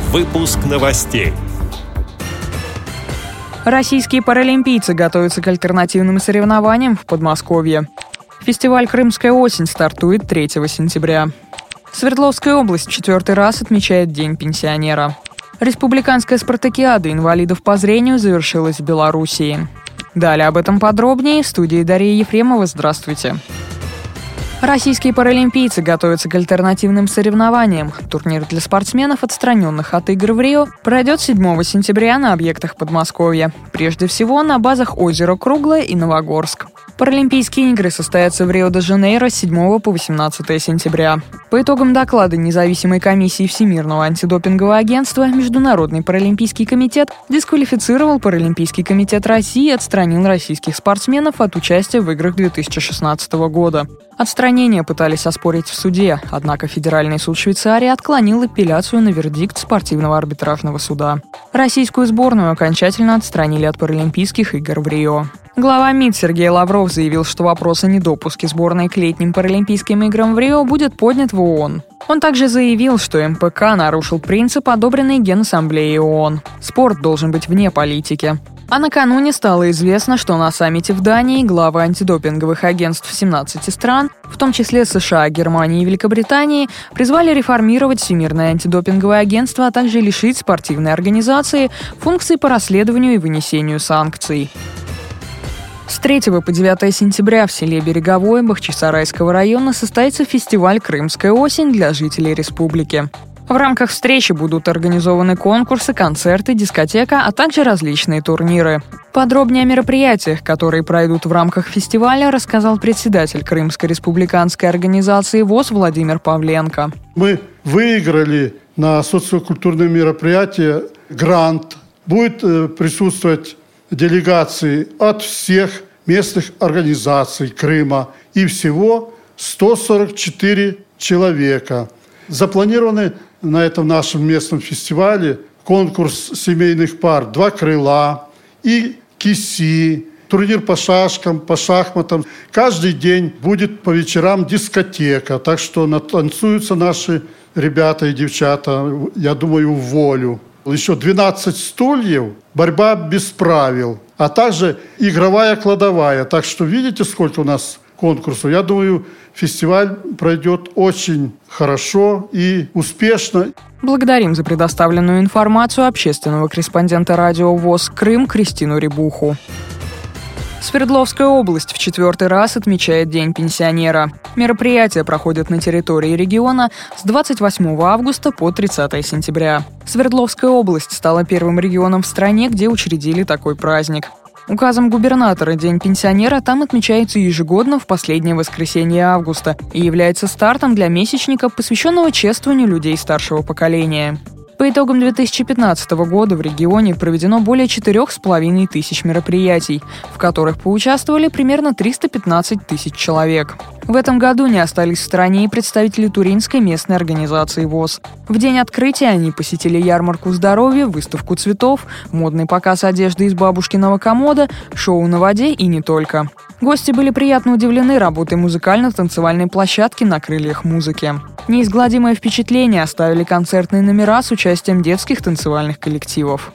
Выпуск новостей. Российские паралимпийцы готовятся к альтернативным соревнованиям в Подмосковье. Фестиваль «Крымская осень» стартует 3 сентября. Свердловская область в 4-й раз отмечает День пенсионера. Республиканская спартакиада инвалидов по зрению завершилась в Белоруссии. Далее об этом подробнее в студии Дарья Ефремова. Здравствуйте. Российские паралимпийцы готовятся к альтернативным соревнованиям. Турнир для спортсменов, отстраненных от игр в Рио, пройдет 7 сентября на объектах Подмосковья. Прежде всего на базах озеро Круглое и Новогорск. Паралимпийские игры состоятся в Рио-де-Жанейро с 7 по 18 сентября. По итогам доклада независимой комиссии Всемирного антидопингового агентства Международный паралимпийский комитет дисквалифицировал Паралимпийский комитет России и отстранил российских спортсменов от участия в играх 2016 года. Отстранение пытались оспорить в суде, однако Федеральный суд Швейцарии отклонил апелляцию на вердикт спортивного арбитражного суда. Российскую сборную окончательно отстранили от Паралимпийских игр в Рио. Глава МИД Сергей Лавров заявил, что вопрос о недопуске сборной к летним Паралимпийским играм в Рио будет поднят в ООН. Он также заявил, что МПК нарушил принцип, одобренный Генассамблеей ООН. Спорт должен быть вне политики. А накануне стало известно, что на саммите в Дании главы антидопинговых агентств 17 стран, в том числе США, Германии и Великобритании, призвали реформировать Всемирное антидопинговое агентство, а также лишить спортивной организации функций по расследованию и вынесению санкций. С 3 по 9 сентября в селе Береговое Бахчисарайского района состоится фестиваль «Крымская осень» для жителей республики. В рамках встречи будут организованы конкурсы, концерты, дискотека, а также различные турниры. Подробнее о мероприятиях, которые пройдут в рамках фестиваля, рассказал председатель Крымской республиканской организации ВОС Владимир Павленко. Мы выиграли на социокультурное мероприятие грант. Будет присутствовать делегации от всех местных организаций Крыма. И всего 144 человека. Запланированы на этом нашем местном фестивале конкурс семейных пар «Два крыла» и «Киси», турнир по шашкам, по шахматам. Каждый день будет по вечерам дискотека, так что натанцуются наши ребята и девчата, я думаю, в волю. Еще 12 стульев, борьба без правил, а также игровая кладовая. Так что видите, сколько у нас конкурсов. Я думаю, фестиваль пройдет очень хорошо и успешно. Благодарим за предоставленную информацию общественного корреспондента радио ВОС «Крым» Кристину Рябуху. Свердловская область в 4-й раз отмечает День пенсионера. Мероприятие проходит на территории региона с 28 августа по 30 сентября. Свердловская область стала первым регионом в стране, где учредили такой праздник. Указом губернатора День пенсионера там отмечается ежегодно в последнее воскресенье августа и является стартом для месячника, посвященного чествованию людей старшего поколения. По итогам 2015 года в регионе проведено более 4,5 тысяч мероприятий, в которых поучаствовали примерно 315 тысяч человек. В этом году не остались в стороне и представители Туринской местной организации ВОС. В день открытия они посетили ярмарку здоровья, выставку цветов, модный показ одежды из бабушкиного комода, шоу на воде и не только. Гости были приятно удивлены работой музыкально-танцевальной площадки на крыльях музыки. Неизгладимое впечатление оставили концертные номера с участием детских танцевальных коллективов.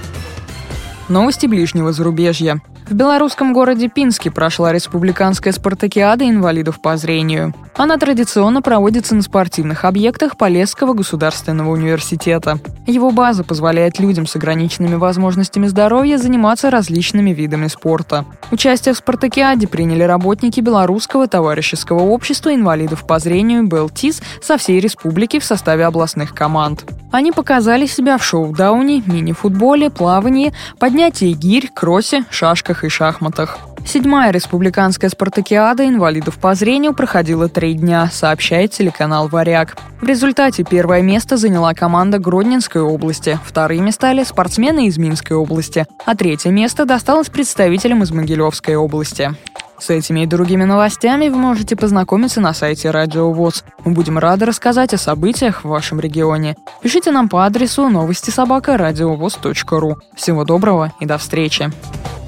Новости ближнего зарубежья. В белорусском городе Пинске прошла республиканская спартакиада инвалидов по зрению. Она традиционно проводится на спортивных объектах Полесского государственного университета. Его база позволяет людям с ограниченными возможностями здоровья заниматься различными видами спорта. Участие в спартакиаде приняли работники Белорусского товарищеского общества инвалидов по зрению БелТИС со всей республики в составе областных команд. Они показали себя в шоу-дауне, мини-футболе, плавании, поднятии гирь, кроссе, шашках и шахматах. 7-я республиканская спартакиада инвалидов по зрению проходила 3 дня, сообщает телеканал «Варяг». В результате первое место заняла команда Гродненской области, вторыми стали спортсмены из Минской области, а 3-е место досталось представителям из Могилевской области. С этими и другими новостями вы можете познакомиться на сайте Радио ВОС. Мы будем рады рассказать о событиях в вашем регионе. Пишите нам по адресу новости@радиовос.ру. Всего доброго и до встречи!